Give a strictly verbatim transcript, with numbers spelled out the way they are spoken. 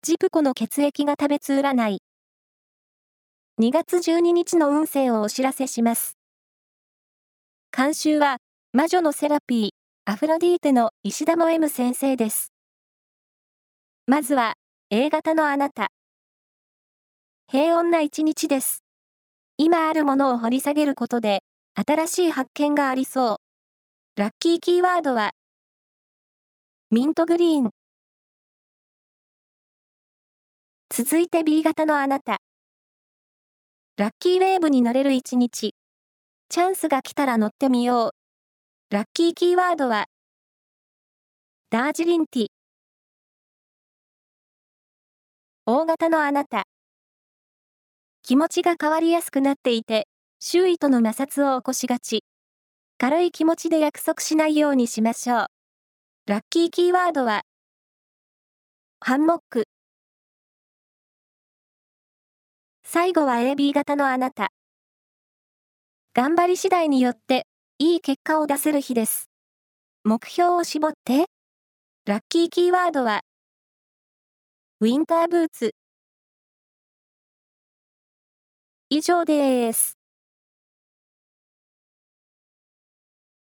ジプコの血液が食べつ占い。にがつじゅうににちの運勢をお知らせします。監修は、魔女のセラピー、アフロディーテの石田も M 先生です。まずは、A 型のあなた。平穏な一日です。今あるものを掘り下げることで、新しい発見がありそう。ラッキーキーワードは、ミントグリーン。続いて B 型のあなた。ラッキーウェーブに乗れる一日。チャンスが来たら乗ってみよう。ラッキーキーワードは、ダージリンティー。O 型のあなた。気持ちが変わりやすくなっていて、周囲との摩擦を起こしがち。軽い気持ちで約束しないようにしましょう。ラッキーキーワードは、ハンモック。最後は エービー 型のあなた。頑張り次第によって、いい結果を出せる日です。目標を絞って。ラッキーキーワードは、ウィンターブーツ。以上です。